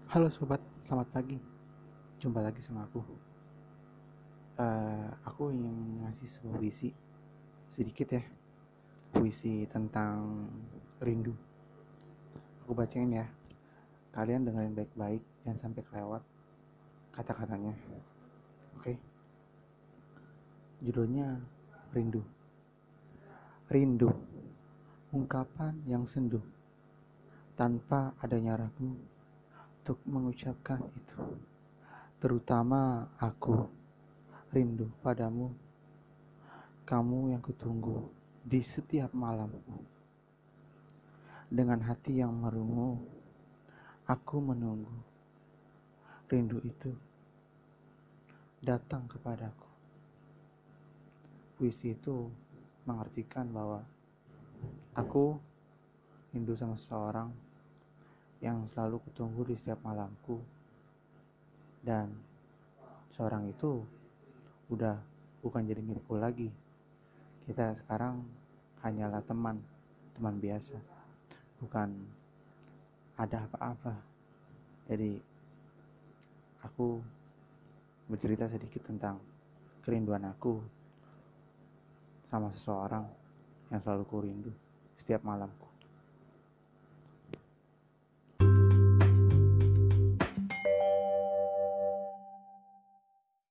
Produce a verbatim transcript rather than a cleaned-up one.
Halo sobat, selamat pagi. Jumpa lagi sama aku. Eh, aku ingin ngasih sebuah puisi sedikit ya. Puisi tentang rindu. Aku bacain ya. Kalian dengerin baik-baik, jangan sampai kelewat kata-katanya. Oke. Judulnya Rindu. Rindu, ungkapan yang sendu tanpa adanya ragu untuk mengucapkan itu. Terutama aku rindu padamu, kamu yang kutunggu di setiap malamku. Dengan hati yang merungu, aku menunggu rindu itu datang kepadaku. Puisi itu mengartikan bahwa aku rindu sama seseorang yang selalu kutunggu di setiap malamku, dan seorang itu udah bukan jadi milikku lagi. Kita sekarang hanyalah teman, teman biasa, bukan ada apa-apa. Jadi aku bercerita sedikit tentang kerinduan aku sama seseorang yang selalu ku rindu setiap malamku.